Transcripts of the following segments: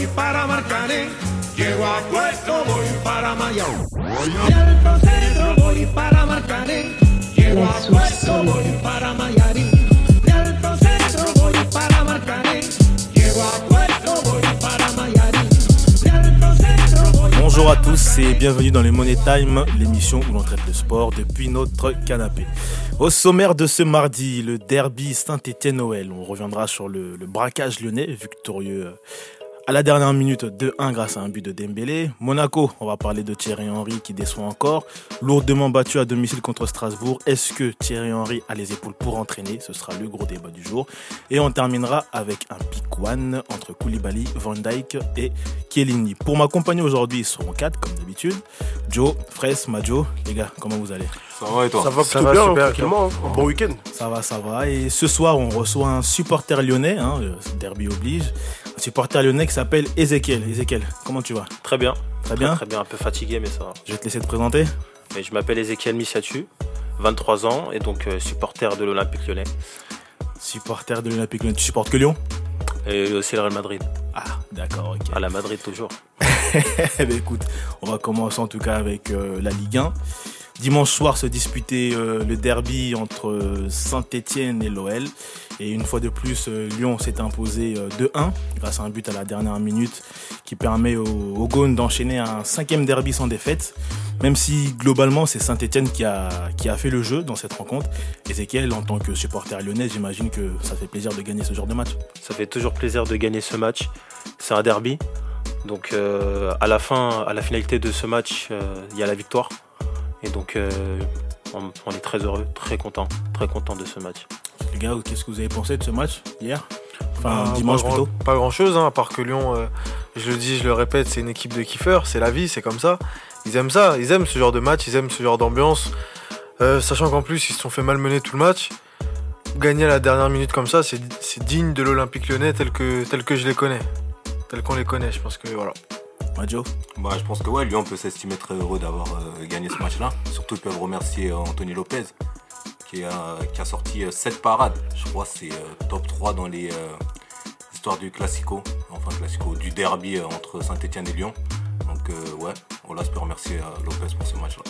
para Marcané. Llego a Puerto, voy para Mayao. Y al Procedro voy para Marcané. Llego a Puerto, voy para Mayarín. Y al Procedro voy para Marcané. Llego a Puerto, voy para Mayarín. Y al Procedro voy. Bonjour à tous et bienvenue dans les Money Time, l'émission où l'on traite le sport depuis notre canapé. Au sommaire de ce mardi, le derby Saint-Étienne-OL. On reviendra sur le braquage lyonnais, victorieux à la dernière minute 2-1 grâce à un but de Dembélé. Monaco, on va parler de Thierry Henry qui déçoit encore. Lourdement battu à domicile contre Strasbourg. Est-ce que Thierry Henry a les épaules pour entraîner? Ce sera le gros débat du jour. Et on terminera avec un pick one entre Koulibaly, Van Dijk et Chiellini. Pour m'accompagner aujourd'hui, ils seront 4 comme d'habitude. Joe, Fraisse, Majo. Les gars, comment vous allez? Ça va et toi? Ça va plutôt bien, tranquillement. Bon week-end. Ça va. Et ce soir, on reçoit un supporter lyonnais, derby oblige. Un supporter lyonnais qui s'appelle Ezekiel. Ezekiel, comment tu vas? Très bien. Très bien, un peu fatigué, mais ça va. Je vais te laisser te présenter. Et je m'appelle Ezekiel Missiatu, 23 ans, et donc supporter de l'Olympique Lyonnais. Supporter de l'Olympique Lyonnais. Tu supportes que Lyon? Et aussi le Real Madrid. Ah, d'accord, ok. À la Madrid toujours. Écoute, on va commencer en tout cas avec la Ligue 1. Dimanche soir se disputait le derby entre Saint-Étienne et l'OL. Et une fois de plus, Lyon s'est imposé 2-1 grâce à un but à la dernière minute qui permet aux Gaunes d'enchaîner un 5e derby sans défaite. Même si globalement c'est Saint-Étienne qui a fait le jeu dans cette rencontre. Ezekiel, en tant que supporter lyonnais, j'imagine que ça fait plaisir de gagner ce genre de match. Ça fait toujours plaisir de gagner ce match. C'est un derby. Donc à la finalité de ce match, il y a la victoire. Et donc on est très heureux, très content de ce match. Les gars, qu'est-ce que vous avez pensé de ce match hier? Dimanche plutôt. Pas grand-chose, à part que Lyon, je le dis, je le répète, c'est une équipe de kiffeurs, c'est la vie, c'est comme ça. Ils aiment ça, ils aiment ce genre de match, ils aiment ce genre d'ambiance. Sachant qu'en plus, ils se sont fait malmener tout le match. Gagner à la dernière minute comme ça, c'est digne de l'Olympique Lyonnais tel que je les connais. Tel qu'on les connaît, je pense que voilà. Joe? Je pense que Lyon peut s'estimer très heureux d'avoir gagné ce match-là. Surtout, ils peuvent remercier Anthony Lopez qui a sorti 7 parades. Je crois que c'est top 3 dans les histoires du Classico, du derby entre Saint-Étienne et Lyon. Donc on peut remercier Lopez pour ce match-là.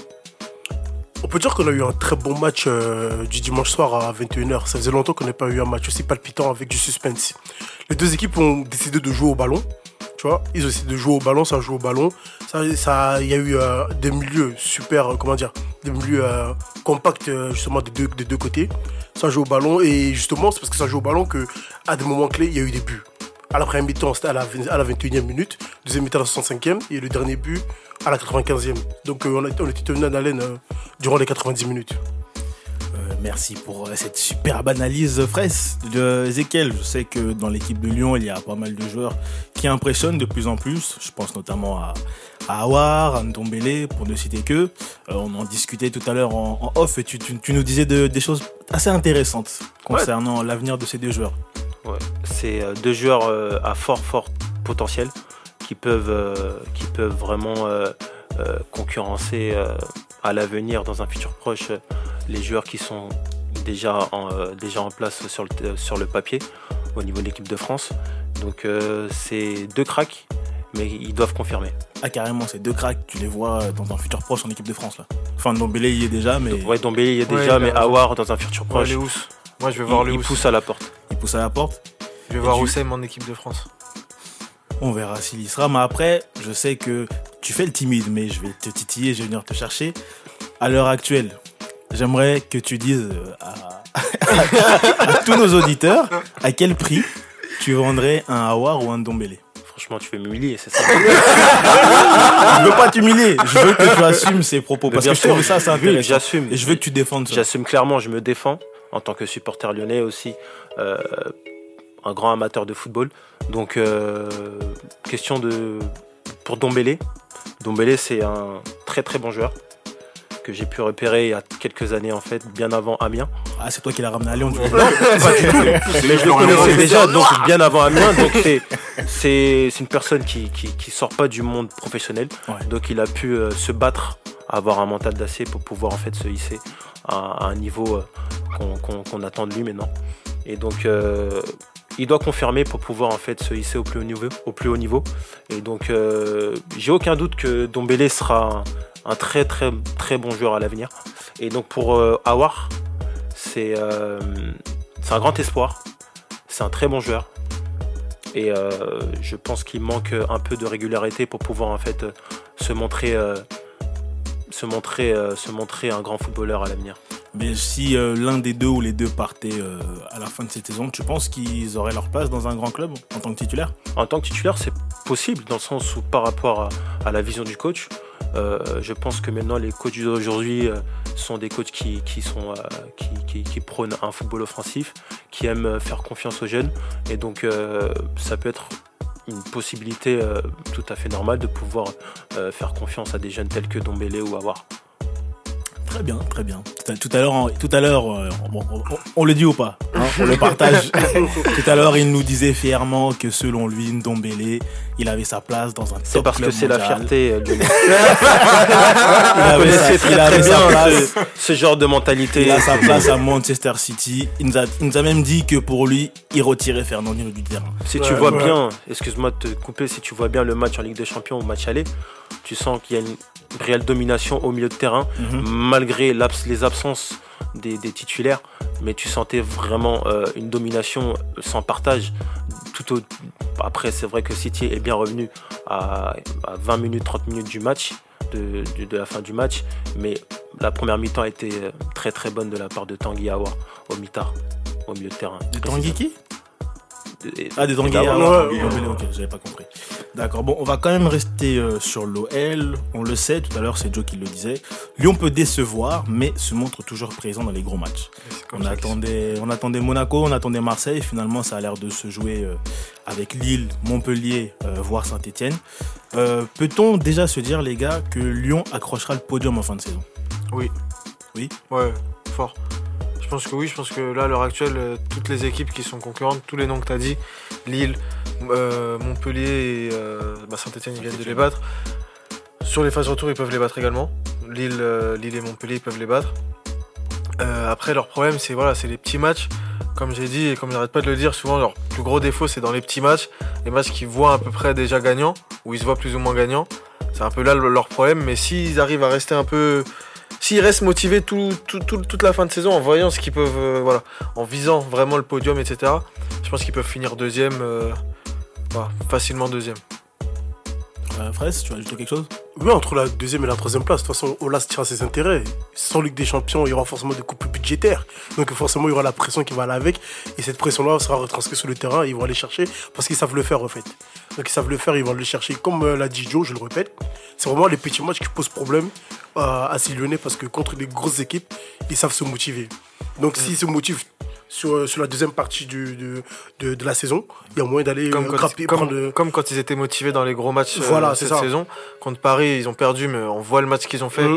On peut dire qu'on a eu un très bon match du dimanche soir à 21h. Ça faisait longtemps qu'on n'avait pas eu un match aussi palpitant avec du suspense. Les deux équipes ont décidé de jouer au ballon. Tu vois, ils ont essayé de jouer au ballon, ça joue au ballon. Il y a eu des milieux super, des milieux compacts justement des deux côtés. Ça joue au ballon et justement c'est parce que ça joue au ballon qu'à des moments clés, il y a eu des buts. À la première mi-temps, c'était à la 21e minute, deuxième mi-temps à la 65e et le dernier but à la 95e. Donc on était tenu en haleine durant les 90 minutes. Merci pour cette superbe analyse fraîche de Ezekiel. Je sais que dans l'équipe de Lyon, il y a pas mal de joueurs qui impressionnent de plus en plus. Je pense notamment à Aouar, à Ndombele, pour ne citer que. On en discutait tout à l'heure en off et tu nous disais des choses assez intéressantes concernant l'avenir de ces deux joueurs. Ouais, c'est deux joueurs à fort potentiel qui peuvent vraiment concurrencer à l'avenir dans un futur proche les joueurs qui sont déjà en place sur le papier au niveau de l'équipe de France. Donc c'est deux cracks, mais ils doivent confirmer. Ah carrément, c'est deux cracks, tu les vois dans un futur proche en équipe de France là. Enfin Ndombele y est déjà, mais... Ouais, Ndombele y est déjà, mais Aouar dans un futur proche. Moi je vais voir il pousse à la porte. Il pousse à la porte. Je vais voir Oussem en équipe de France. On verra s'il y sera, mais après, je sais que tu fais le timide, mais je vais te titiller, je vais venir te chercher. À l'heure actuelle, j'aimerais que tu dises à tous nos auditeurs à quel prix tu vendrais un Aouar ou un Ndombele. Franchement, tu veux m'humilier, c'est ça? Je veux pas t'humilier, je veux que tu assumes ces propos, parce que je trouve ça intéressant. Oui, j'assume. Et je veux que tu défendes ça. J'assume clairement, je me défends en tant que supporter lyonnais aussi. Un grand amateur de football. Donc, question pour Ndombele. Ndombele, c'est un très très bon joueur que j'ai pu repérer il y a quelques années en fait, bien avant Amiens. Ah, c'est toi qui l'as ramené à Lyon du coup. Non, pas du tout. Mais je le connaissais déjà, donc bien avant Amiens. Donc c'est une personne qui sort pas du monde professionnel. Ouais. Donc il a pu se battre, avoir un mental d'acier pour pouvoir en fait se hisser à un niveau qu'on attend de lui maintenant. Et donc il doit confirmer pour pouvoir en fait se hisser au plus haut niveau. Et donc j'ai aucun doute que Ndombélé sera un très très très bon joueur à l'avenir. Et donc pour Aouar, c'est un grand espoir. C'est un très bon joueur. Et je pense qu'il manque un peu de régularité pour pouvoir en fait se montrer un grand footballeur à l'avenir. Mais si l'un des deux ou les deux partaient à la fin de cette saison, tu penses qu'ils auraient leur place dans un grand club en tant que titulaire ? En tant que titulaire, c'est possible dans le sens où par rapport à la vision du coach, je pense que maintenant les coachs d'aujourd'hui sont des coachs qui prônent un football offensif, qui aiment faire confiance aux jeunes. Et donc ça peut être une possibilité tout à fait normale de pouvoir faire confiance à des jeunes tels que Ndombélé ou Aouar. Très bien, très bien. Tout à l'heure, on le dit ou pas, hein, on le partage. Tout à l'heure, il nous disait fièrement que selon lui, Ndombélé, il avait sa place dans un top club mondial. C'est parce que c'est la fierté. Il avait sa place. Ce genre de mentalité. Il a sa place à Manchester City. Il nous a même dit que pour lui, il retirait Fernandinho du terrain. Si tu vois bien, excuse-moi de te couper, si tu vois bien le match en Ligue des Champions ou match aller, tu sens qu'il y a une réelle domination au milieu de terrain, malgré les absences des titulaires, mais tu sentais vraiment une domination sans partage. Après, c'est vrai que City est bien revenu à 20 minutes, 30 minutes du match, de la fin du match, mais la première mi-temps a été très très bonne de la part de Tanguy Aouar au mitard, au milieu de terrain. De Tanguy qui ? Des Tanguy ok, j'avais pas compris. D'accord, bon, on va quand même rester sur l'OL. On le sait, tout à l'heure, c'est Joe qui le disait. Lyon peut décevoir, mais se montre toujours présent dans les gros matchs. On attendait Monaco, on attendait Marseille. Finalement, ça a l'air de se jouer avec Lille, Montpellier, voire Saint-Etienne. Peut-on déjà se dire, les gars, que Lyon accrochera le podium en fin de saison ? Oui. Oui ? Ouais, fort. Je pense que oui, je pense que là, à l'heure actuelle, toutes les équipes qui sont concurrentes, tous les noms que tu as dit, Lille, Montpellier et Saint-Etienne, ils viennent de les battre. Sur les phases retour, ils peuvent les battre également. Lille et Montpellier, ils peuvent les battre. Après, leur problème, c'est les petits matchs. Comme j'ai dit et comme j'arrête pas de le dire, souvent, leur plus gros défaut, c'est dans les petits matchs. Les matchs qu'ils voient à peu près déjà gagnants, où ils se voient plus ou moins gagnants. C'est un peu là leur problème. Mais s'ils arrivent à rester un peu... S'ils restent motivés toute la fin de saison en voyant ce qu'ils peuvent, en visant vraiment le podium, etc., je pense qu'ils peuvent finir deuxième, facilement deuxième. Fraisse, tu veux ajouter quelque chose ? Oui, entre la deuxième et la troisième place, de toute façon, Olas tient ses intérêts. Sans Ligue des Champions, il y aura forcément des coupes budgétaires. Donc forcément, il y aura la pression qui va aller avec. Et cette pression-là sera retranscrite sur le terrain. Ils vont aller chercher parce qu'ils savent le faire, en fait. Donc ils savent le faire, ils vont le chercher. Comme l'a dit Joe, je le répète, c'est vraiment les petits matchs qui posent problème à ces Lyonnais parce que contre les grosses équipes, ils savent se motiver. Donc s'ils se motivent sur la deuxième partie de la saison, il y a moyen d'aller grimper. Comme quand ils étaient motivés dans les gros matchs cette saison. Contre Paris, ils ont perdu, mais on voit le match qu'ils ont fait.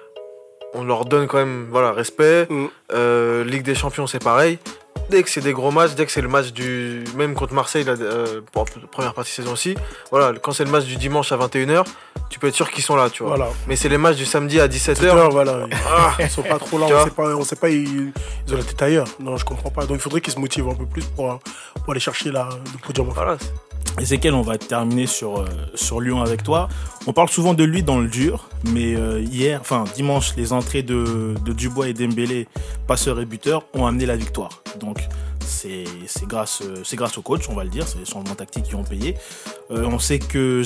On leur donne quand même respect. Ligue des Champions, c'est pareil. Dès que c'est des gros matchs, dès que c'est le match même contre Marseille, pour la première partie de saison aussi, quand c'est le match du dimanche à 21h, tu peux être sûr qu'ils sont là, tu vois. Voilà. Mais c'est les matchs du samedi à 17h. Ils sont pas trop là, on sait pas, ils ont la tête ailleurs. Non, je comprends pas. Donc il faudrait qu'ils se motivent un peu plus pour aller chercher le podium. Voilà. Ezekiel, on va terminer sur Lyon avec toi. On parle souvent de lui dans le dur, mais dimanche, les entrées de Dubois et Dembélé, passeurs et buteurs, ont amené la victoire. Donc c'est grâce au coach, on va le dire, c'est les changements tactiques qui ont payé. On sait que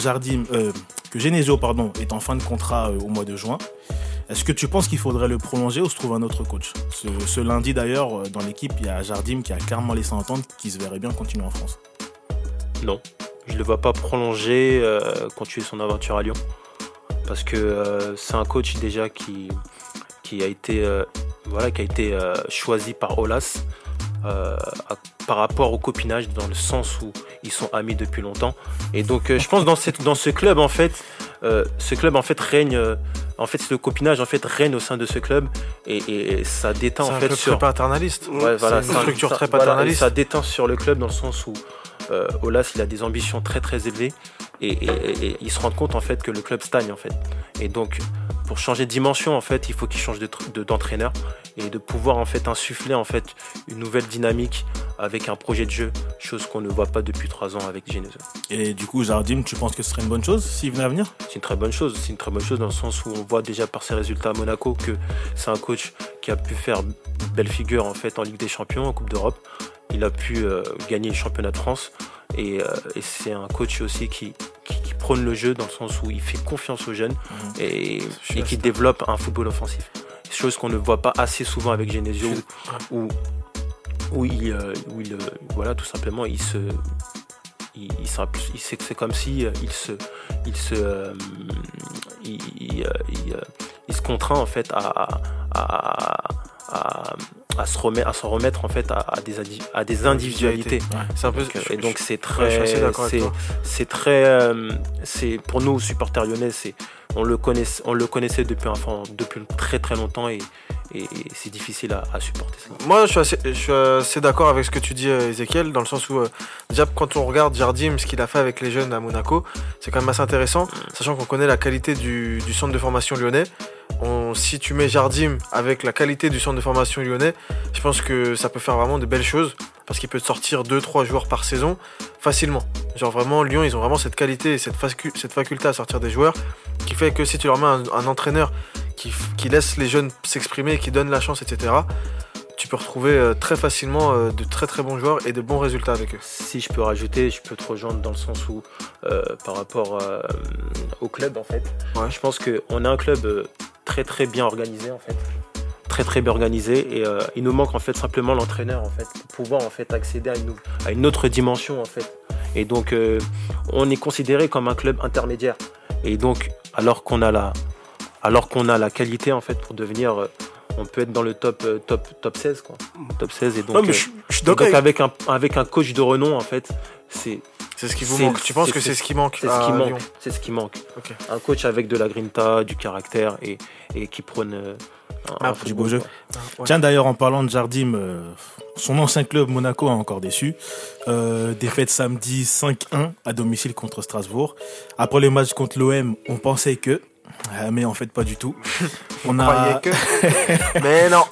Genesio est en fin de contrat au mois de juin. Est-ce que tu penses qu'il faudrait le prolonger ou se trouve un autre coach ? Ce lundi d'ailleurs, dans l'équipe, il y a Jardim qui a clairement laissé entendre qu'il se verrait bien continuer en France. Non, je ne le vois pas prolonger, continuer son aventure à Lyon. Parce que c'est un coach déjà qui a été choisi par Olas par rapport au copinage, dans le sens où ils sont amis depuis longtemps. Et donc je pense dans ce club en fait, règne. En fait, le copinage règne au sein de ce club et ça déteint c'est un club très paternaliste. Ouais, c'est une structure très paternaliste. Ça déteint sur le club dans le sens où Olas, il a des ambitions très très élevées et il se rend compte en fait que le club stagne en fait. Et donc pour changer de dimension, en fait, il faut qu'il change d'entraîneur et de pouvoir en fait insuffler en fait une nouvelle dynamique avec un projet de jeu, chose qu'on ne voit pas depuis 3 ans avec Genesio. Et du coup, Jardim, tu penses que ce serait une bonne chose s'il venait à venir? C'est une très bonne chose. C'est une très bonne chose dans le sens où on voit déjà par ses résultats à Monaco que c'est un coach qui a pu faire une belle figure en fait en Ligue des Champions, en Coupe d'Europe. Il a pu gagner le championnat de France et c'est un coach aussi qui prône le jeu dans le sens où il fait confiance aux jeunes et qui développe un football offensif. Chose qu'on ne voit pas assez souvent avec Genesio où voilà, tout simplement c'est comme si il se contraint en fait à se remettre en fait à des individualités. Ouais. C'est un peu. Et donc c'est pour nous supporters lyonnais, on le connaissait depuis très très longtemps et c'est difficile à supporter ça. Moi, je suis assez d'accord avec ce que tu dis, Ezekiel, dans le sens où déjà quand on regarde Jardim, ce qu'il a fait avec les jeunes à Monaco, c'est quand même assez intéressant, sachant qu'on connaît la qualité du centre de formation lyonnais. Si tu mets Jardim avec la qualité du centre de formation lyonnais, je pense que ça peut faire vraiment de belles choses parce qu'il peut sortir 2-3 joueurs par saison facilement. Genre vraiment, Lyon, ils ont vraiment cette qualité et cette faculté à sortir des joueurs qui fait que si tu leur mets un entraîneur qui laisse les jeunes s'exprimer, qui donne la chance, etc., tu peux retrouver très facilement de très très bons joueurs et de bons résultats avec eux. Si je peux rajouter, je peux te rejoindre dans le sens où par rapport au club en fait, je pense qu'on a un club très très bien organisé en fait. Très bien organisé et il nous manque en fait simplement l'entraîneur en fait pour pouvoir en fait accéder à une autre dimension en fait. Et donc on est considéré comme un club intermédiaire et donc alors qu'on a la qualité en fait pour devenir on peut être dans le top 16 quoi. Top 16 et donc, non, mais je suis d'accord avec un coach de renom en fait, c'est ce qui vous manque. Tu penses que c'est ce qui manque? C'est ce qui manque. Okay. Un coach avec de la grinta, du caractère et qui prône du beau jeu. Ouais. Tiens, d'ailleurs, en parlant de Jardim, son ancien club Monaco a encore déçu. Défaite samedi 5-1 à domicile contre Strasbourg. Après le match contre l'OM, on pensait que, mais en fait pas du tout. On croyait que, mais non.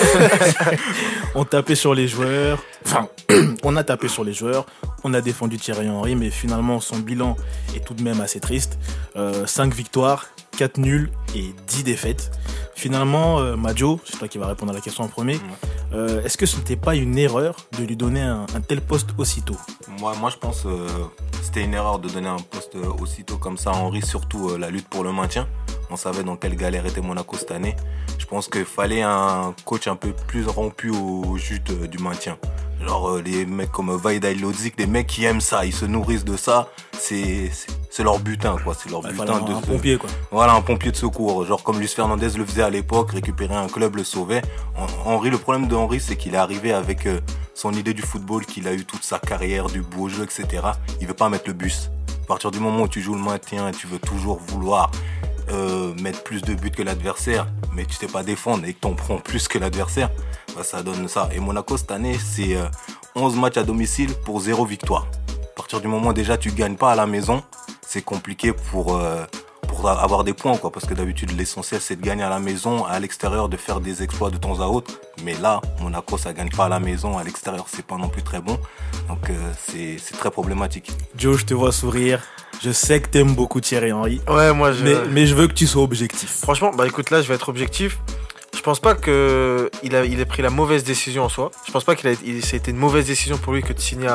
On tapait sur les joueurs. Enfin, on a tapé sur les joueurs. On a défendu Thierry Henry, mais finalement son bilan est tout de même assez triste. 5 victoires, 4 nuls et 10 défaites. Finalement, Majo, c'est toi qui vas répondre à la question en premier. Est-ce que ce n'était pas une erreur de lui donner un tel poste aussitôt? Moi, je pense que c'était une erreur de donner un poste aussitôt comme ça à Henry, surtout la lutte pour le maintien. On savait dans quelle galère était Monaco cette année. Je pense qu'il fallait un coach un peu plus rompu au jute du maintien. Genre les mecs comme Vaida Lodzik, des mecs qui aiment ça, ils se nourrissent de ça, c'est leur butin quoi, c'est leur butin de un pompier quoi. Voilà, un pompier de secours, genre comme Luis Fernandez le faisait à l'époque, récupérer un club le sauvait. Henry, le problème de Henry, c'est qu'il est arrivé avec son idée du football, qu'il a eu toute sa carrière, du beau jeu, etc. Il veut pas mettre le bus. À partir du moment où tu joues le maintien, tu veux toujours vouloir mettre plus de buts que l'adversaire, mais tu sais pas défendre et que t'en prends plus que l'adversaire, bah ça donne ça. Et Monaco cette année, c'est 11 matchs à domicile pour 0 victoire. À partir du moment où déjà tu gagnes pas à la maison, c'est compliqué pour avoir des points quoi, parce que d'habitude l'essentiel c'est de gagner à la maison, à l'extérieur de faire des exploits de temps à autre, mais là Monaco ça gagne pas à la maison, à l'extérieur c'est pas non plus très bon, donc c'est très problématique. Joe, je te vois sourire. Je sais que t'aimes beaucoup Thierry Henry. Ouais, moi mais je veux que tu sois objectif. Franchement, bah écoute, là je vais être objectif. Je pense pas qu'il ait pris la mauvaise décision en soi. Je pense pas ça a été une mauvaise décision pour lui que de signer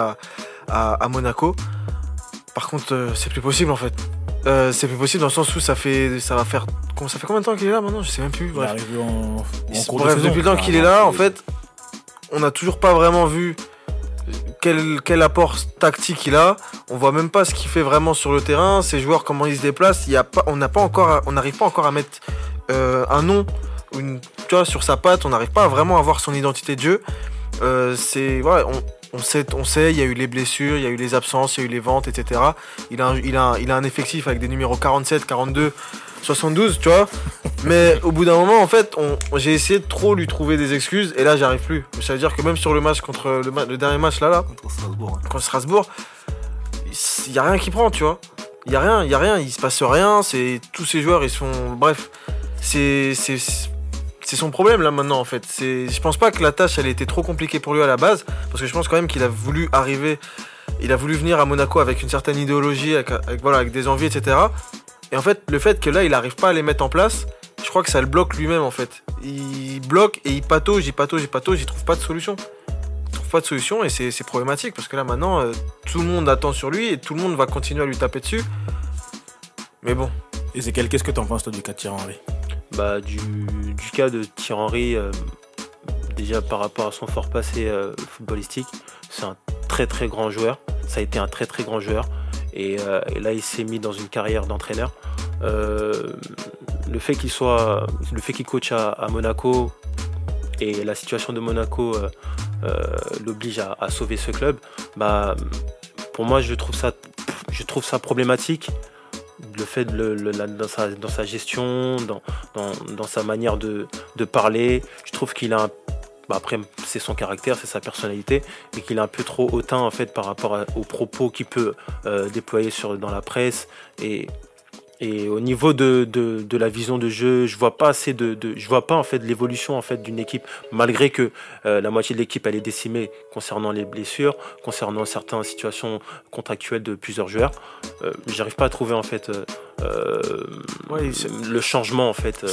à Monaco. Par contre, c'est plus possible en fait. C'est plus possible dans le sens où ça fait combien de temps qu'il est là maintenant? Je sais même plus. Bref, depuis le temps qu'il est là, en fait, on n'a toujours pas vraiment vu quel apport tactique il a. On voit même pas ce qu'il fait vraiment sur le terrain, ses joueurs comment ils se déplacent. On n'arrive pas encore à mettre un nom sur sa patte. On n'arrive pas à vraiment avoir son identité de jeu. On sait, il y a eu les blessures, il y a eu les absences, il y a eu les ventes, etc. Il a un effectif avec des numéros 47, 42, 72, tu vois. Mais au bout d'un moment, en fait, j'ai essayé de trop lui trouver des excuses et là, j'arrive plus. Ça veut dire que même sur le match contre le dernier match là, contre Strasbourg, il y a rien qui prend, tu vois. Il y a rien, il se passe rien. Tous ces joueurs, ils sont, bref. c'est son problème là maintenant en fait. Je pense pas que la tâche elle ait été trop compliquée pour lui à la base, parce que je pense quand même qu'il a voulu venir à Monaco avec une certaine idéologie, avec des envies, etc. Et en fait, le fait que là il arrive pas à les mettre en place, je crois que ça le bloque lui-même en fait. Il bloque et il patauge, il trouve pas de solution. Et c'est problématique parce que là maintenant tout le monde attend sur lui et tout le monde va continuer à lui taper dessus. Mais bon. Ezekiel, qu'est-ce que t'en penses toi du cas de Thierry Henry? Du cas de Thierry Henry, déjà par rapport à son fort passé footballistique, c'est un très très grand joueur. Ça a été un très très grand joueur. Et là, il s'est mis dans une carrière d'entraîneur. Le fait qu'il coach à Monaco et la situation de Monaco l'oblige à sauver ce club, pour moi, je trouve ça problématique. Le fait dans sa gestion, dans sa manière de parler, je trouve qu'il a après c'est son caractère, c'est sa personnalité, mais qu'il est un peu trop hautain en fait par rapport aux propos qu'il peut déployer dans la presse et au niveau de la vision de jeu, je vois pas en fait l'évolution en fait d'une équipe, malgré que la moitié de l'équipe elle est décimée concernant les blessures, concernant certaines situations contractuelles de plusieurs joueurs. J'arrive pas à trouver en fait le changement en fait.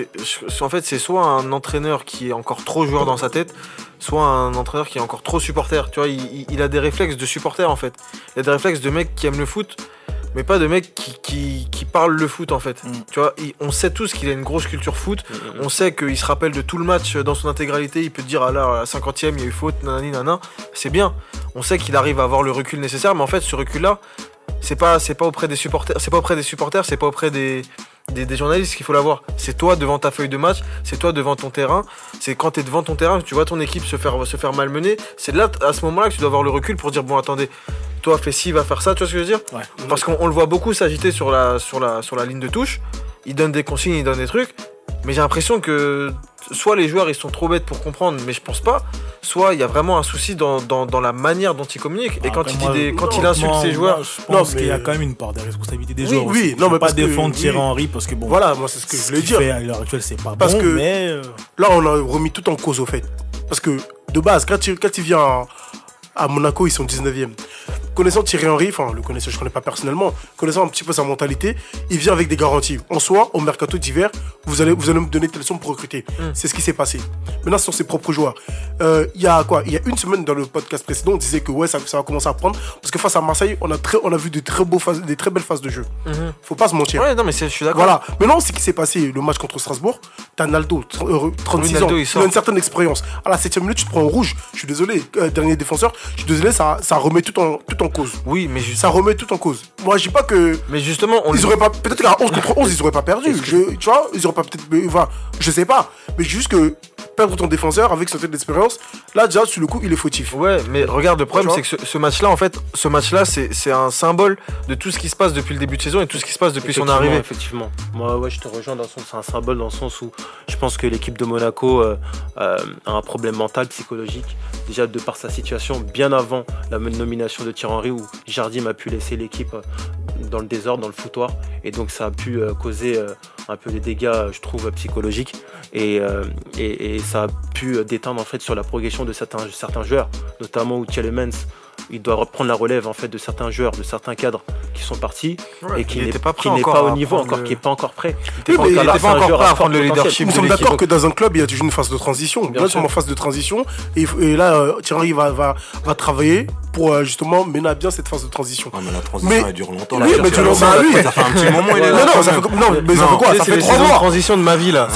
En fait, c'est soit un entraîneur qui est encore trop joueur dans sa tête, soit un entraîneur qui est encore trop supporter. Tu vois, il a des réflexes de supporter en fait. Il a des réflexes de mec qui aime le foot, mais pas de mec qui parle le foot en fait. Tu vois, on sait tous qu'il a une grosse culture foot. On sait qu'il se rappelle de tout le match dans son intégralité. Il peut te dire à la 50e il y a eu faute, nanani nana. C'est bien. On sait qu'il arrive à avoir le recul nécessaire, mais en fait ce recul là, c'est pas auprès des supporters, c'est pas auprès des journalistes qu'il faut l'avoir. C'est toi devant ta feuille de match, c'est toi devant ton terrain. C'est quand t'es devant ton terrain, tu vois ton équipe se faire malmener. C'est là, à ce moment-là, que tu dois avoir le recul pour dire bon, attendez, toi fais ci, va faire ça. Tu vois ce que je veux dire? Ouais. Parce qu'on le voit beaucoup s'agiter sur la ligne de touche. Il donne des consignes, il donne des trucs. Mais j'ai l'impression que soit les joueurs ils sont trop bêtes pour comprendre, mais je pense pas. Soit il y a vraiment un souci dans la manière dont il communique. Et quand il insulte ses joueurs, je pense qu'il y a quand même une part de responsabilité des joueurs. Oui, non, mais pas défendre Thierry Henry parce que bon. Voilà, moi c'est ce que je voulais dire. À l'heure actuelle, c'est pas parce bon, que mais là on a remis tout en cause au fait. Parce que de base, quand il vient à Monaco, ils sont 19e. Connaissant Thierry Henry, je connais pas personnellement, connaissant un petit peu sa mentalité, il vient avec des garanties. En soi, au mercato d'hiver, vous allez me donner telle somme pour recruter. C'est ce qui s'est passé. Maintenant, ce sont ses propres joueurs. Il y a une semaine dans le podcast précédent, on disait que ça va commencer à prendre parce que face à Marseille, on a vu des très belles phases de jeu. Faut pas se mentir. Ouais, non, mais je suis d'accord. Voilà. Maintenant, ce qui s'est passé, le match contre Strasbourg, t'as Naldo, 36 ans, il a une certaine expérience. À la 7e minute, tu te prends en rouge. Je suis désolé, dernier défenseur. Je suis désolé, ça remet tout en cause. Oui, mais ça remet tout en cause. Moi, je dis pas que. Mais justement, ils auraient pas. Peut-être qu'à 11 contre 11, ils auraient pas perdu. Tu vois, ils auraient pas peut-être. Enfin, je sais pas. Mais juste que perdre ton défenseur avec cette d'expérience, là, déjà, sur le coup, il est fautif. Ouais, mais regarde, le problème, c'est que ce match-là, c'est un symbole de tout ce qui se passe depuis le début de saison et tout ce qui se passe depuis son arrivée. Effectivement. Moi, ouais, je te rejoins dans le sens, c'est un symbole dans le sens où je pense que l'équipe de Monaco a un problème mental, psychologique, déjà de par sa situation, bien avant la nomination de Thierry Henry, où Jardim a pu laisser l'équipe dans le désordre, dans le foutoir, et donc ça a pu causer un peu des dégâts, je trouve, psychologiques, et ça a pu déteindre en fait sur la progression de certains joueurs, notamment où Tielemans, il doit reprendre la relève en fait de certains joueurs, de certains cadres qui sont partis et qui n'est pas au niveau encore, qui n'est pas encore prêt. Il n'était pas encore prêt à prendre le leadership. Nous sommes d'accord que dans un club, il y a toujours une phase de transition. Là, nous sommes en phase de transition et là, Thierry va travailler pour justement mener à bien cette phase de transition. Ouais, mais la transition elle dure longtemps. Oui, mais tu l'as ça fait un petit moment, il est là. Non, ça fait quoi? Ça fait 3 mois. Transition de ma vie là. Ça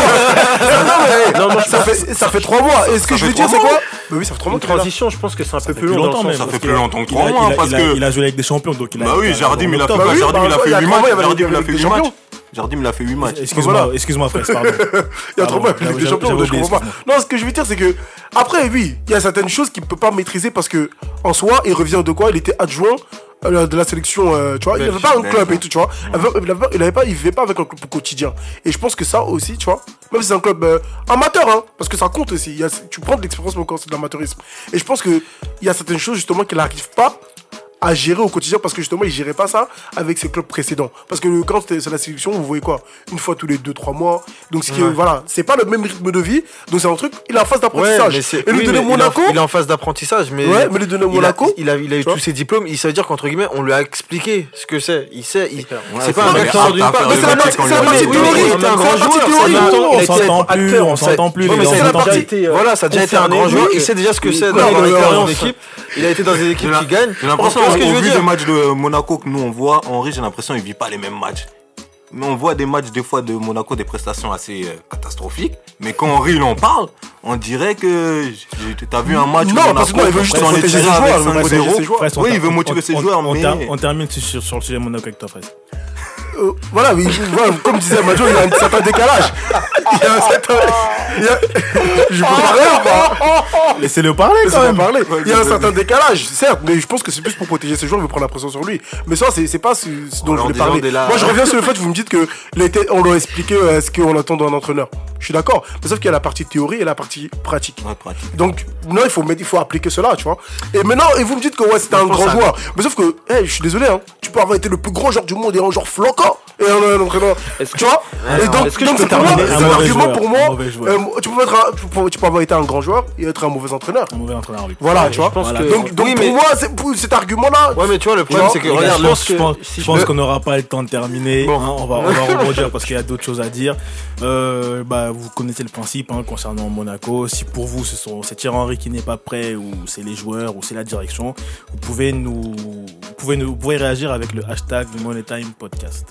fait 3 mois. Et ce que je veux dire, c'est quoi? Oui, ça fait 3 mois. Une transition, je pense que c'est un peu plus long. Ça fait plus longtemps que 3 mois parce que il a joué avec des champions, donc il a. Bah oui, Jardim il a fait 8 matchs. Jardim il a fait 8 matchs. Excuse-moi, frère, pardon. Il y a 3 mois, il a fait des champions, je comprends pas. Non, ce que je veux dire, c'est que après, oui, il y a certaines choses qu'il ne peut pas maîtriser parce que en soi, il revient de quoi? Il était adjoint de la sélection, tu vois, il n'avait pas un club et tout, tu vois. Il vivait pas avec un club au quotidien. Et je pense que ça aussi, tu vois, même si c'est un club amateur, hein, parce que ça compte aussi. Tu prends de l'expérience même quand c'est de l'amateurisme. Et je pense qu'il y a certaines choses justement qu'il n'arrive pas à gérer au quotidien parce que justement il gérait pas ça avec ses clubs précédents. Parce que quand c'est la sélection, vous voyez quoi, une fois tous les 2-3 mois. Donc ce qui est, voilà, c'est pas le même rythme de vie. Donc c'est un truc, il est en phase d'apprentissage. Et lui donner Monaco, il est en phase d'apprentissage, mais lui donner Monaco, il a eu tous ses diplômes. Ça veut dire qu'entre guillemets, on lui a expliqué ce que c'est. Il sait. C'est pas un gars qui sort d'une part. C'est la partie théorie. C'est un grand joueur. On s'entend plus. Voilà, ça a déjà été un grand joueur. Il sait déjà ce que c'est d'avoir l'expérience d'équipe. Il a été dans des équipes qui gagnent. J'ai l'impression, au vu des matchs de Monaco que nous on voit, Henri, j'ai l'impression qu'il vit pas les mêmes matchs. Mais on voit des matchs des fois de Monaco, des prestations assez catastrophiques. Mais quand Henri il en parle, on dirait que t'as vu un match. Non, parce qu'il veut juste protéger ses joueurs. Oui, il veut motiver ses joueurs. On termine sur le sujet Monaco avec toi, Fraisse. Voilà, comme disait Majo, il y a un certain décalage. Je peux parler ou pas? Laissez-le parler quand même. Il y a un certain décalage, certes, mais je pense que c'est plus pour protéger ses joueurs, il veut prendre la pression sur lui. Mais ça, c'est pas ce dont je voulais parler. Moi, je reviens sur le fait que vous me dites que on doit expliquer ce qu'on attend d'un entraîneur. Je suis d'accord, mais sauf qu'il y a la partie théorie et la partie pratique. Donc, non, il faut appliquer cela, tu vois. Et maintenant, vous me dites que ouais, c'était un grand joueur. Mais sauf que, je suis désolé, hein, tu peux avoir été le plus grand joueur du monde et un joueur flocant. Et un entraîneur, tu vois. Et donc c'est un argument pour moi. Tu peux avoir été un grand joueur et être un mauvais entraîneur. Un mauvais entraîneur, oui. Voilà, tu vois. Donc pour moi, cet argument-là. Ouais, mais tu vois, le problème c'est que regarde, je pense qu'on n'aura pas le temps de terminer. On va rebondir parce qu'il y a d'autres choses à dire. Vous connaissez le principe concernant Monaco. Si pour vous c'est Thierry Henry qui n'est pas prêt, ou c'est les joueurs, ou c'est la direction, vous pouvez réagir avec le hashtag MoneyTime Podcast.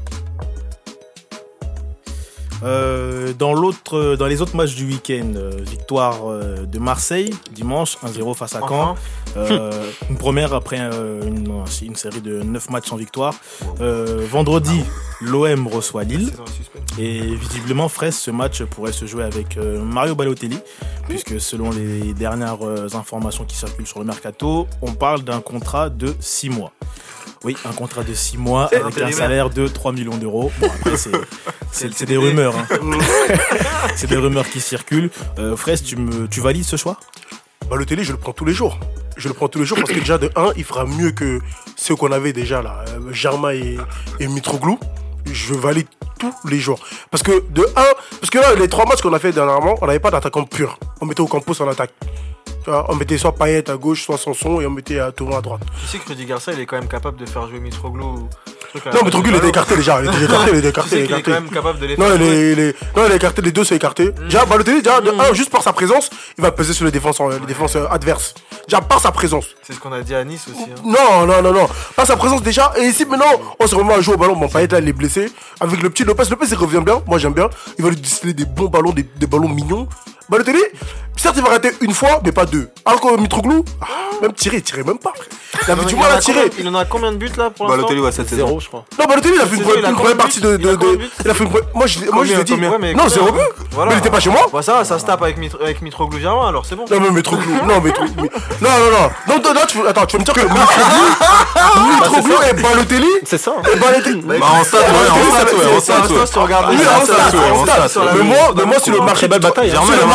Dans les autres matchs du week-end, victoire de Marseille dimanche 1-0 face à Caen. Une première après une série de 9 matchs sans victoire. Vendredi, l'OM reçoit Lille. Et visiblement, Fraisse, ce match pourrait se jouer avec Mario Balotelli, puisque selon les dernières informations qui circulent sur le mercato, on parle d'un contrat de 6 mois. Oui, un contrat de 6 mois avec un salaire de 3 millions d'euros. Bon, après, c'est des rumeurs. C'est des rumeurs qui circulent. Fraisse, tu valides ce choix? Balotelli, je le prends tous les jours. Je le prends tous les jours parce que déjà, de 1, il fera mieux que ceux qu'on avait déjà là, Germain et Mitroglou. Je valide tous les jours. Parce que là, les 3 matchs qu'on a fait dernièrement, on n'avait pas d'attaquant pur. On mettait Ocampos en attaque. On mettait soit Payet à gauche, soit Sanson, et on mettait Thomas à droite. Tu sais que Rudy Garcia, il est quand même capable de faire jouer Mitroglou. Non, Mitroglou, il était écarté déjà. Il est quand même capable de les faire. Non, il est écarté, les deux sont écartés. Déjà, Balotelli, juste par sa présence, il va peser sur les défenses adverses. Déjà, par sa présence. C'est ce qu'on a dit à Nice aussi. Non. Par sa présence déjà. Et ici, maintenant, on se remet à jouer au ballon. Bon, Payet, là, il est blessé. Avec le petit Lopez, il revient bien. Moi, j'aime bien. Il va lui distiller des bons ballons, des ballons mignons. Balotelli, certes, il va rater une fois, mais pas 2. Alors que Mitroglou, même tirer même pas. Il avait du mal à tirer. Il en a combien de buts là pour l'instant? Balotelli, ouais, cette saison, je crois. Non, Balotelli, il a fait une première partie de. Il a fait une première. Moi, je l'ai dit. Non, 0 but. Mais il était pas chez moi. Bah, ça se tape avec Mitroglou Germain, alors c'est bon. Non, mais Mitroglou. Non. Attends, tu vas me dire que Mitroglou et Balotelli. C'est ça. Et Balotelli. Bah, en stade, tu regardes. Mais moi, sur le marché. Belle bataille.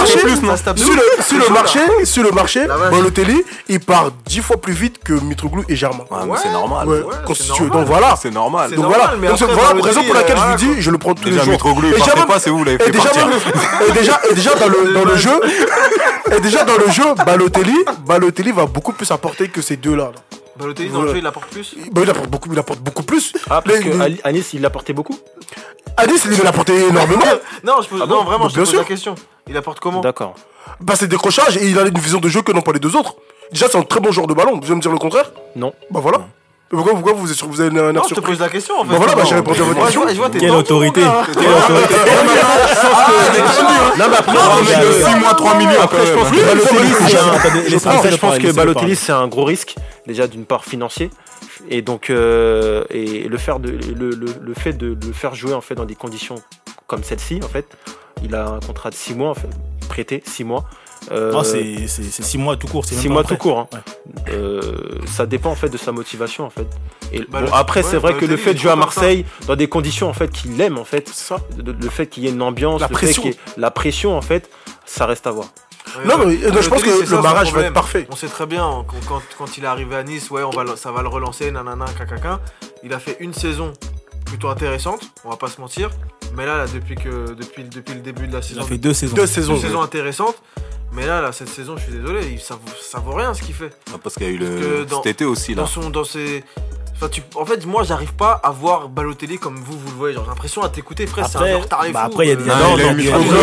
Sur le marché, Balotelli, il part 10 fois plus vite que Mitroglou et Germain. Ouais, c'est normal. Constitué. Donc voilà. C'est normal. Donc voilà. Donc voilà la raison pour laquelle je vous dis, je le prends tous les jours. Déjà Mitroglou, il partait pas, c'est vous l'avez fait partir. Et déjà dans le jeu, Balotelli va beaucoup plus apporter que ces deux-là. Balotelli dans le jeu, il apporte plus. Il apporte beaucoup plus. Ah, parce qu'à Nice, il apportait beaucoup. À Nice, il apportait énormément. Non, vraiment, je te pose la question. Il apporte comment? D'accord. Bah, c'est décrochage et il a une vision de jeu que n'ont pas les deux autres. Déjà, c'est un très bon joueur de ballon. Vous allez me dire le contraire? Non. Bah voilà. Pourquoi vous avez un Non, je te pose la question en fait. Bah voilà, j'ai répondu à votre question. Quelle autorité? Non, mais après, 6 mois, 3 millions. Après, je pense que Balotelli, c'est un gros risque. Déjà, d'une part financier. Et donc, et le fait de le faire jouer en fait dans des conditions comme celle-ci, en fait, il a un contrat de 6 mois, en fait, prêté 6 mois. C'est 6 mois tout court. 6 mois tout court. Ouais. Ça dépend en fait de sa motivation en fait. Et après, c'est vrai que le fait de jouer à Marseille dans des conditions en fait qu'il aime en fait, le fait qu'il y ait une ambiance, la pression en fait, ça reste à voir. Non, mais je pense que le mariage va être parfait. On sait très bien, quand il est arrivé à Nice, ouais, ça va le relancer, nanana, cacaca. Il a fait une saison plutôt intéressante, on va pas se mentir. Mais là depuis le début de la saison, Il a fait 2 saisons. Deux saisons. une saison intéressante. Mais là, cette saison, je suis désolé, ça vaut rien ce qu'il fait. Ah, parce qu'il y a eu Parce que cet été aussi là. En fait, moi, j'arrive pas à voir Balotelli comme vous le voyez. Genre, j'ai l'impression à t'écouter, frère, c'est un retard et fou. Après, il y a des. Non, il a mis trop de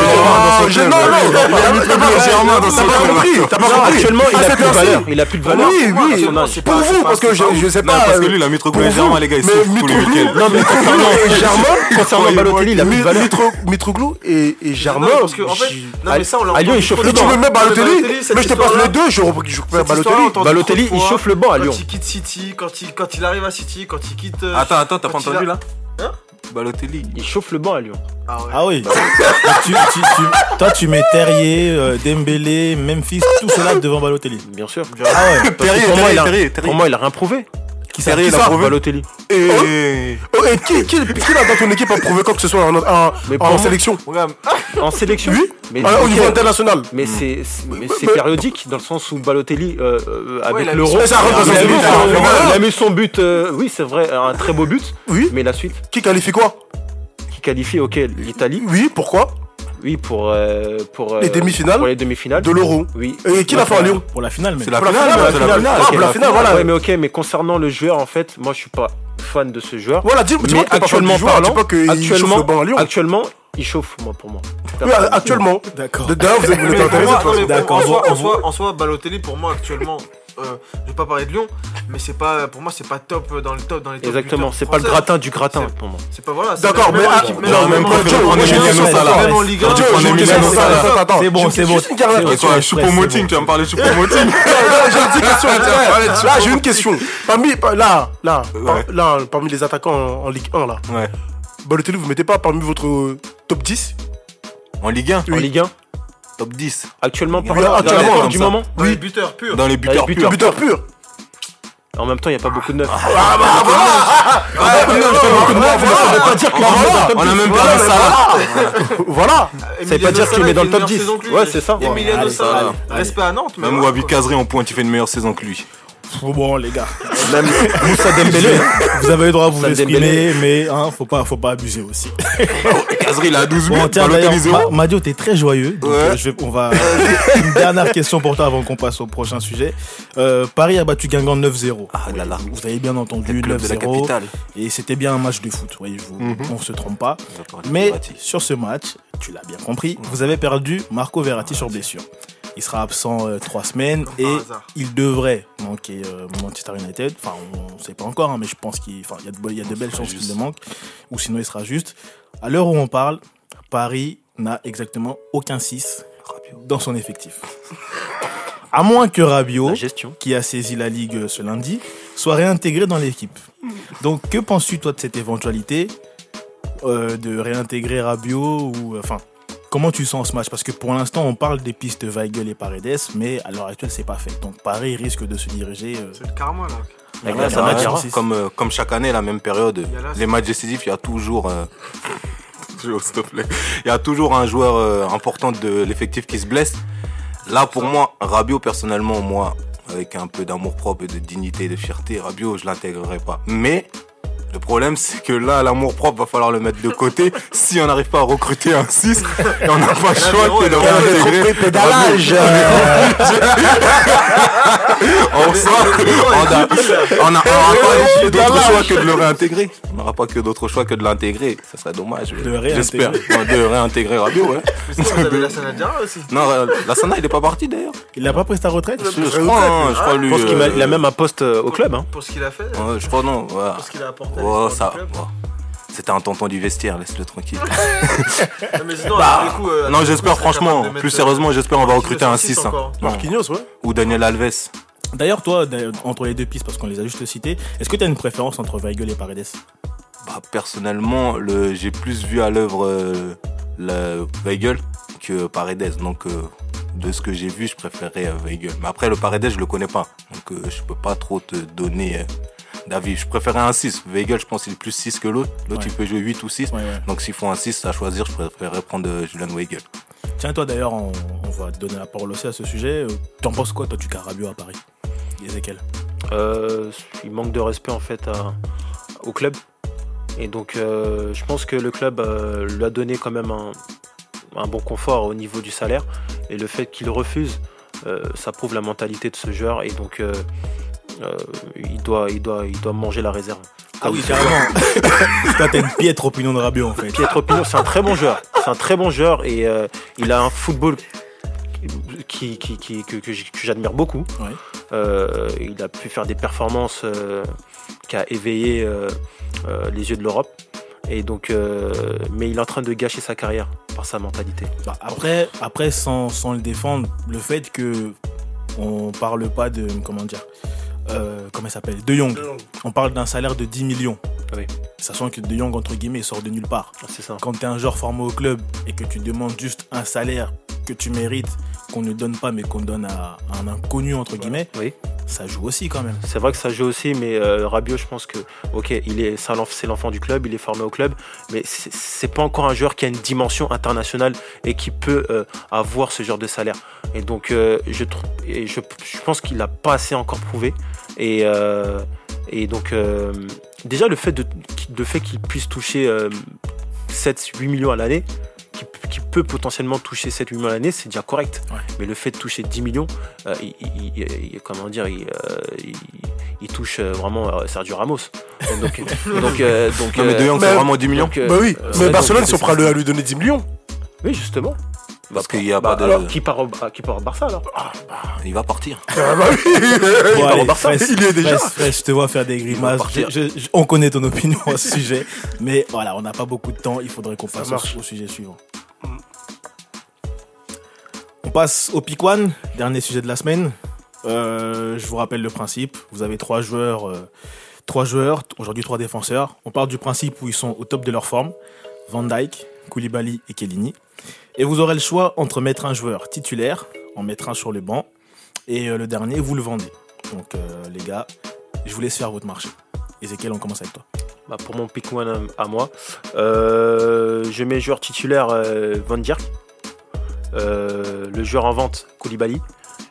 T'as pas compris. Actuellement, il a plus de valeur. Il a plus de valeur. Oui, pour vous, parce que je sais pas. parce que lui, il a mis trop de Germain, les gars, il souffre tous les week-ends. Non, mais concernant Balotelli, il a plus de valeur. Mitroglou et Germain. Parce que, en fait, non, mais ça, on l'a À Lyon, il chauffe le Et tu banc. me mets Balotelli, mais je te passe les deux, je récupère Cette Balotelli. histoire-là, on entend Balotelli, trop de il fois, chauffe le banc à Lyon. Quand il quitte City, quand il arrive à City, quand il quitte. Attends, t'as pas quand il entendu a- là Hein Balotelli. Il chauffe le banc à Lyon. Ah ouais. Ah oui. Toi, tu mets Terrier, Dembélé, Memphis, tout cela devant Balotelli. Bien sûr. Ah ouais. Parce que pour moi, il a rien prouvé. Qui ça Terrier, qui il a ça prouvé. Balotelli. Et Qui là dans ton équipe a prouvé quoi que ce soit Mais pour en moi- sélection? Regarde, En sélection. Oui. Mais Au niveau international. Mais c'est périodique dans le sens où Balotelli il avec a l'Euro, mis- ça rentre dans il a son mis but, il a mis son but. Oui, c'est vrai, un très beau but. Oui. Mais la suite Qui qualifie quoi? qui qualifie, ok, l'Italie. Oui, pourquoi? Oui, pour Les demi-finales Pour les demi-finales. de l'Euro. Oui. Et qui l'a fait en Lyon? Pour la finale, mais. c'est la Pour la finale, finale, c'est la la finale. finale. Ah, pour la finale, voilà. Ouais, mais ok, mais concernant le joueur, en fait, moi, je suis pas fan de ce joueur. Voilà, dis-moi Mais que t'es pas fan actuellement du joueur, parlant, dis pas qu'il chauffe le banc à Lyon. actuellement, il chauffe pour moi. Oui, actuellement. D'accord. D'ailleurs, vous êtes mais pour intéressé. moi, non, mais D'accord, en soi, Balotelli, pour moi, actuellement, je vais pas parler de Lyon, mais pour moi, c'est pas top dans les top Exactement, buteurs c'est pas le français. gratin du gratin C'est- pour moi. C'est pas voilà. c'est D'accord, même mais en équipe- non, même en pas, équipe- on est même Emiliano en- Sala. Même en Ligue 1. Dieu, J'ai une Emiliano question, Sala. attends. C'est bon, c'est bon. Juste une carrière. C'est bon. Choupo-Moting, tu vas me parler de Choupo-Moting. Là, j'ai une question. Ouais. Parmi les attaquants en Ligue 1, là, Ouais. Balotelli, vous mettez pas parmi votre top 10? En Ligue 1, En Ligue 1, top 10. actuellement, Oui, dans actuellement, l'époque comme du ça. moment. Oui, buteur pur. Dans les buteurs Les purs. Buteur pur. En même temps, il n'y a pas beaucoup de neufs. On a même perdu Salah. Voilà. Ça veut pas dire que tu le mets dans le top 10. Ouais, c'est ça. Emiliano Allez, Sala. allez. Respect à Nantes, mais Même voilà. Wabi Kazri en pointe, il fait une meilleure saison que lui. Bon, les gars. Même Moussa Dembélé. Vous avez le droit de vous Ça, exprimer, Dembélé. mais faut pas abuser aussi. Kazri, il a 12 buts. Bon, tiens, d'ailleurs, Balotelli 0. Madio, t'es très joyeux. Donc, Ouais. on va. Une dernière question pour toi avant qu'on passe au prochain sujet. Paris a battu Guingamp 9-0. Ah là là. Vous avez bien entendu, Le club de la 9-0. capitale. Et c'était bien un match de foot, voyez-vous. On se trompe pas. D'accord, Mais Verratti. sur ce match, tu l'as bien compris, vous avez perdu Marco Verratti sur blessure. Il sera absent 3 semaines Comme et par hasard. il devrait manquer Manchester United. Enfin, on ne sait pas encore, hein, mais je pense qu'il y a de belles chances qu'il le manque. Ou sinon, il sera juste. À l'heure où on parle, Paris n'a exactement aucun 6 dans son effectif. À moins que Rabiot, La gestion. qui a saisi la Ligue ce lundi, soit réintégré dans l'équipe. Donc, que penses-tu, toi, de cette éventualité de réintégrer Rabiot ou enfin, comment tu sens ce match? Parce que pour l'instant, on parle des pistes Weigl et Paredes, mais à l'heure actuelle, c'est pas fait. Donc, Paris risque de se diriger. C'est le karma là. Avec Ouais, la Sanadiara. ouais. Comme chaque année, la même période, Il y a là, les matchs décisifs, il y a toujours. S'il te plaît. Il y a toujours un joueur important de l'effectif qui se blesse. Là, pour moi, Rabiot, personnellement, moi, avec un peu d'amour propre, de dignité et de fierté, Rabiot, je l'intégrerai pas. Mais le problème, c'est que là, l'amour propre, va falloir le mettre de côté si on n'arrive pas à recruter un 6 et on n'a pas le choix que de réintégrer. Pédalage. On n'aura pas d'autre choix que de le réintégrer. On n'aura pas que d'autre choix que de l'intégrer. Ça serait dommage. De réintégrer. J'espère. De réintégrer Rabiot, ouais. Mais sinon, vous avez la Sanadiara aussi. Non, Lassana, il est pas parti d'ailleurs. Il n'a pas pris sa retraite? Je crois, hein, je crois lui. Je pense qu'il a même un poste au club. Hein. Pour ce qu'il a fait, Ouais, je crois non. Voilà. pour ce qu'il a apporté. à Oh, l'histoire ça. du club. ouais. C'était un tonton du vestiaire, laisse-le tranquille. Non, mais sinon, du coup, Non, du j'espère coup, il serait franchement, capable de mettre, plus sérieusement, j'espère on va recruter un Marquinhos 6. hein. encore. Non. Marquinhos, ouais. Ou Daniel Alves. D'ailleurs, toi, entre les deux pistes, parce qu'on les a juste cités, est-ce que tu as une préférence entre Weigl et Paredes? Bah, personnellement, j'ai plus vu à l'œuvre le Weigl que Paredes. Donc, de ce que j'ai vu, je préférais Weigl. Mais après, le Paredes, je le connais pas. Donc, je peux pas trop te donner d'avis. Je préférais un 6. Weigl, je pense qu'il est plus 6 que l'autre. L'autre, Ouais. il peut jouer 8 ou 6. Ouais, ouais. Donc, s'ils font un 6 à choisir, je préférerais prendre Julian Weigl. Tiens, toi d'ailleurs, on va te donner la parole aussi à ce sujet. T'en penses quoi, toi, du cas Rabiot à Paris, Ezekiel? Il manque de respect en fait au club. Et donc je pense que le club lui a donné quand même un bon confort au niveau du salaire. Et le fait qu'il refuse, ça prouve la mentalité de ce joueur. Et donc il doit manger la réserve. Ah oui, carrément. Toi, t'as une piètre opinion de Rabiot en fait. Piètre opinion, c'est un très bon joueur. C'est un très bon joueur et il a un football que j'admire beaucoup. Ouais. Il a pu faire des performances qui a éveillé les yeux de l'Europe. Et donc, mais il est en train de gâcher sa carrière par sa mentalité. Bah, après sans le défendre, le fait que on parle pas de comment il s'appelle, De Jong. On parle d'un salaire de 10 millions. Oui. Sachant que De Jong, entre guillemets, sort de nulle part. C'est ça. Quand tu es un joueur formé au club et que tu demandes juste un salaire que tu mérites, qu'on ne donne pas mais qu'on donne à un inconnu, entre guillemets, Oui. ça joue aussi quand même. C'est vrai que ça joue aussi, mais Rabiot, je pense que, ok, c'est l'enfant du club, il est formé au club, mais c'est pas encore un joueur qui a une dimension internationale et qui peut avoir ce genre de salaire. Et donc, je pense qu'il n'a pas assez encore prouvé. Et donc, déjà, le fait qu'il puisse toucher 7-8 millions à l'année, qui peut potentiellement toucher 7-8 millions à l'année, c'est déjà correct. Ouais. Mais le fait de toucher 10 millions, il touche vraiment Sergio Ramos. Donc, Non, mais De Jong, c'est vraiment 10 millions. Bah oui, mais Barcelone, ils sont prêts à lui donner 10 millions. Oui, justement. Parce qu'il y a pas de. Alors, qui part au Barça alors? Il va partir. Ah bah oui. Bon, allez, Barça, Fraisse, il y est déjà. Fraisse, je te vois faire des grimaces. partir. On connaît ton opinion à ce sujet. Mais voilà, on n'a pas beaucoup de temps. Il faudrait qu'on passe marche. au sujet suivant. On passe au Pick One, dernier sujet de la semaine. Je vous rappelle le principe. Vous avez trois joueurs, aujourd'hui 3 défenseurs. On part du principe où ils sont au top de leur forme. Van Dijk, Koulibaly et Chiellini. Et vous aurez le choix entre mettre un joueur titulaire, en mettre un sur le banc, et le dernier, vous le vendez. Donc les gars, je vous laisse faire votre marché. Ezekiel, on commence avec toi. Pour mon pick one à moi, je mets joueur titulaire Van Dijk, le joueur en vente Koulibaly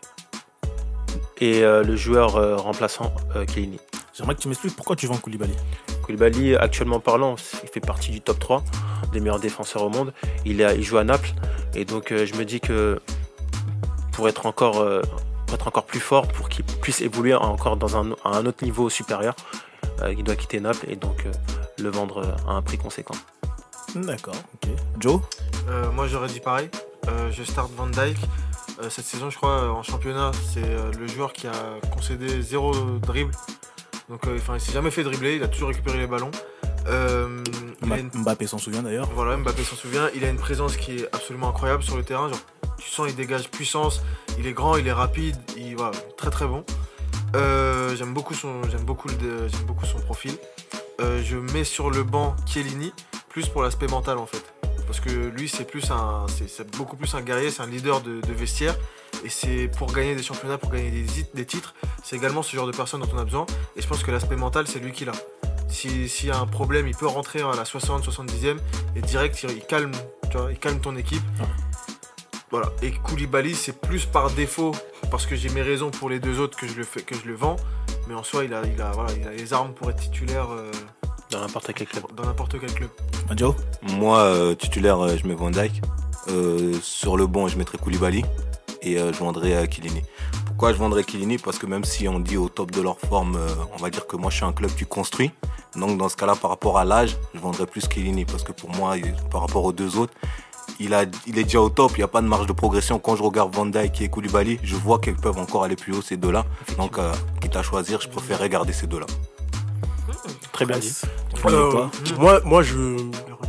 et le joueur remplaçant Chiellini. J'aimerais que tu m'expliques pourquoi tu vends Koulibaly. Koulibaly, actuellement parlant, il fait partie du top 3 des meilleurs défenseurs au monde. Il joue à Naples et donc je me dis que pour être encore plus fort, pour qu'il puisse évoluer encore à un autre niveau supérieur, il doit quitter Naples et donc le vendre à un prix conséquent. D'accord, ok. Joe? Moi j'aurais dit pareil. Je starte Van Dijk. Cette saison, je crois, en championnat, c'est le joueur qui a concédé 0 dribble. Donc il s'est jamais fait dribbler, il a toujours récupéré les ballons. Mbappé s'en souvient d'ailleurs. Voilà, Mbappé s'en souvient. Il a une présence qui est absolument incroyable sur le terrain. Genre, tu sens, il dégage puissance. Il est grand, il est rapide. Voilà, très très bon. J'aime beaucoup son profil. Je mets sur le banc Chiellini, plus pour l'aspect mental en fait. Parce que lui, c'est beaucoup plus un guerrier, c'est un leader de vestiaire. Et c'est pour gagner des championnats, pour gagner des titres, c'est également ce genre de personne dont on a besoin. Et je pense que l'aspect mental, c'est lui qui l'a. S'il y a un problème, il peut rentrer à la 60-70e et direct, il calme ton équipe. Voilà. Et Koulibaly, c'est plus par défaut, parce que j'ai mes raisons pour les deux autres que je le vends. Mais en soi, il a les armes pour être titulaire Dans n'importe quel club. Joe? Moi, titulaire, je mets Van Dijk. Sur le banc, je mettrai Koulibaly. Et je vendrai Chiellini. Pourquoi je vendrais Chiellini? Parce que même si on dit au top de leur forme, on va dire que moi je suis un club qui construit. Donc dans ce cas-là, par rapport à l'âge, je vendrais plus Chiellini. Parce que pour moi, par rapport aux deux autres, il est déjà au top, il n'y a pas de marge de progression. Quand je regarde Van Dijk et Koulibaly, je vois qu'ils peuvent encore aller plus haut, ces deux-là. Donc quitte à choisir, je préfère regarder ces deux-là. Très bien dit. Moi, je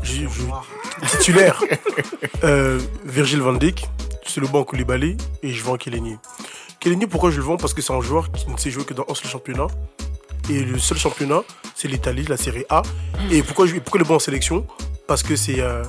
titulaire Virgil van Dijk, c'est le banc Koulibaly et je vends Chiellini. Chiellini, pourquoi je le vends? Parce que c'est un joueur qui ne sait jouer que dans un seul championnat. Et le seul championnat, c'est l'Italie, la Serie A. Et pourquoi le banc en sélection? Parce que c'est la...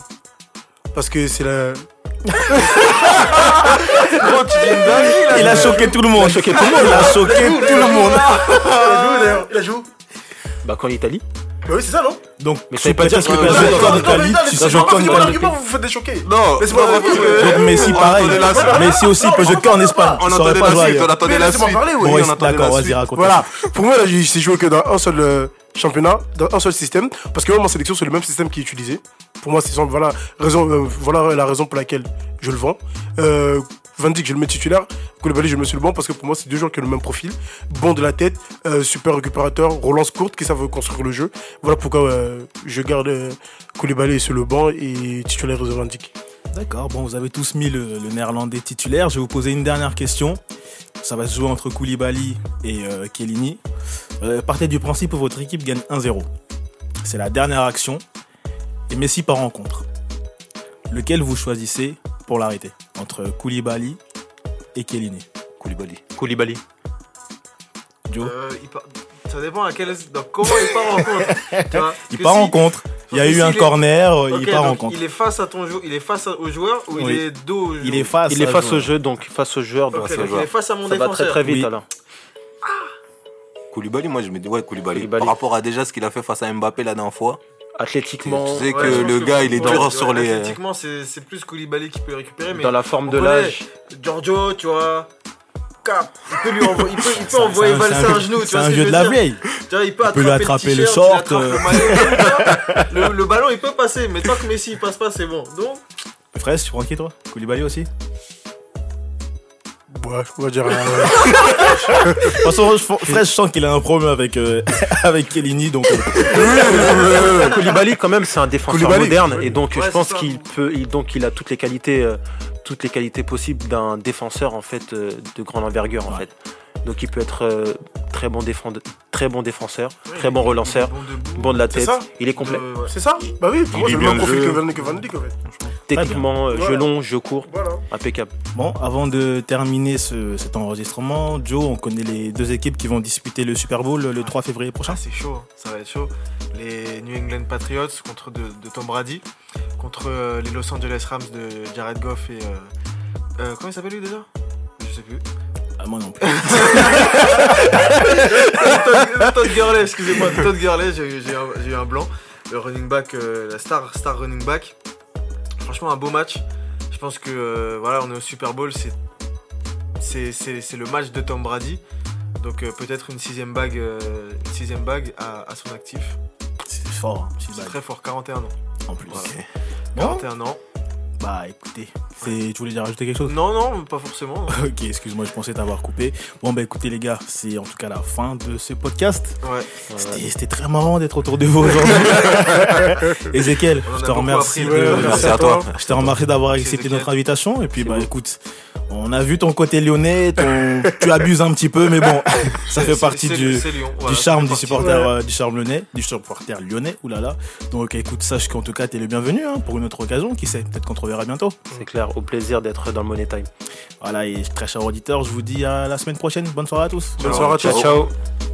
Il a choqué tout le monde. Il a joué. Qu'en Italie? Bah oui, c'est ça, non? Donc, Mais tu ça veux veut pas pas dire dire que que- PSG est corps de Non, qualité, mais tu c'est sais pas que corps de mon qualité. argument, vous vous faites des choquer. Non, Laisse-moi tranquille. Donc Messi pareil. Messi aussi peut jouer qu'en Espagne. on Il saurait attendait pas la jouer suite, on ailleurs. attendait Mais la laissez-moi suite. parler, oui. Bon, on ouais, attendait d'accord, la vas-y, suite. raconte. Voilà, pour moi, là, il s'est joué que dans un seul championnat, dans un seul système, parce que même en sélection, c'est le même système qui est utilisé. Pour moi, c'est voilà, voilà la raison pour laquelle je le vends. Van Dijk, je le mets titulaire. Koulibaly, je le mets sur le banc parce que pour moi, c'est deux joueurs qui ont le même profil. Bon de la tête, super récupérateur, relance courte, qui savent construire le jeu. Voilà pourquoi je garde Koulibaly sur le banc et titulaire Van Dijk. D'accord, bon, vous avez tous mis le néerlandais titulaire. Je vais vous poser une dernière question. Ça va se jouer entre Koulibaly et Chiellini. Partez du principe où votre équipe gagne 1-0. C'est la dernière action. Et Messi part en contre. Lequel vous choisissez pour l'arrêter? Entre Koulibaly et Chiellini. Koulibaly. Joe? Ça dépend à comment il part en contre. Tu vois, Il que part si- en contre. Il y a que eu s'il un est- corner, Ok, il part en donc contre. il est face à il est face au joueur ou Oui. il est dos au joueur? Il est face. Il est à face joueur. au jeu, donc face au joueur. Donc Ok, ça donc il est face à mon va très défenseur. très vite Oui. alors. Koulibaly, moi je me dis ouais, Koulibaly. Koulibaly. Par rapport à déjà ce qu'il a fait face à Mbappé la dernière fois. Athlétiquement, Tu sais Ouais, que je pense le gars il est ouais, dur ouais, sur les. Athlétiquement, c'est plus Koulibaly qui peut le récupérer. Mais dans la forme on de connaît l'âge. Giorgio, tu vois. Cap. Il peut lui envoyer, il peut C'est envoyer un- valser c'est un- un genou. Tu C'est vois un ce que jeu je de veux la dire. vieille. Tu vois, il peut peut lui attraper le short, le maillot, le ballon, il peut passer, mais tant que Messi il passe pas, c'est bon. Donc, Fraisse, tu prends qui toi? Koulibaly aussi? Ouais, on va dire. De toute façon, Fraisse, je sens qu'il a un problème avec, avec Chiellini. Donc, Koulibaly quand même c'est un défenseur Koulibaly. moderne et donc Ouais, je pense c'est ça. qu'il a toutes les qualités possibles d'un défenseur en fait de grande envergure en fait. Donc il peut être très bon défenseur, très bon relanceur, bon de la C'est tête. ça. Il est complet. C'est ça? Bah oui, pour moi, Il c'est est le même bien profil jeu. que Van Dijk, en fait. Techniquement, bien. jeu long, jeu court, Voilà. impeccable. bon, avant de terminer cet enregistrement, Joe, on connaît les deux équipes qui vont disputer le Super Bowl le 3 février prochain. c'est chaud, ça va être chaud. Les New England Patriots contre de Tom Brady, contre les Los Angeles Rams de Jared Goff et comment il s'appelle lui déjà? Je sais plus. Ah, moi non plus. Todd Gurley, excusez-moi, Todd Gurley, j'ai eu un blanc. Le running back, la star running back. Franchement, un beau match. Je pense que voilà, on est au Super Bowl, c'est le match de Tom Brady. Donc peut-être une sixième bague à son actif. C'est fort, hein, six C'est bagues, très fort, 41 ans. en plus. Voilà. Bon, 41 ans. bah écoutez, tu voulais dire rajouter quelque chose? Non, pas forcément. Ok, excuse-moi, je pensais t'avoir coupé. Bon, bah écoutez les gars, c'est en tout cas la fin de ce podcast. Ouais. C'était très marrant d'être autour de vous aujourd'hui. Ezekiel, On en a je te beaucoup remercie. appris. Merci à toi. Je te remercie d'avoir Merci, accepté Ezekiel. notre invitation. Et puis, C'est bah beau. écoute, on a vu ton côté lyonnais, tu abuses un petit peu, mais bon, ça fait partie du Lyon. Voilà, charme ça du fait partie. supporter, du charme lyonnais, du supporter lyonnais, oulala. Donc écoute, sache qu'en tout cas, t'es le bienvenu hein, pour une autre occasion. Qui sait, peut-être qu'on te reverra bientôt. C'est clair, au plaisir d'être dans le Money Time. Voilà, et très chers auditeurs, je vous dis à la semaine prochaine. Bonne soirée à tous. Bonne soirée à tous. Ciao ciao.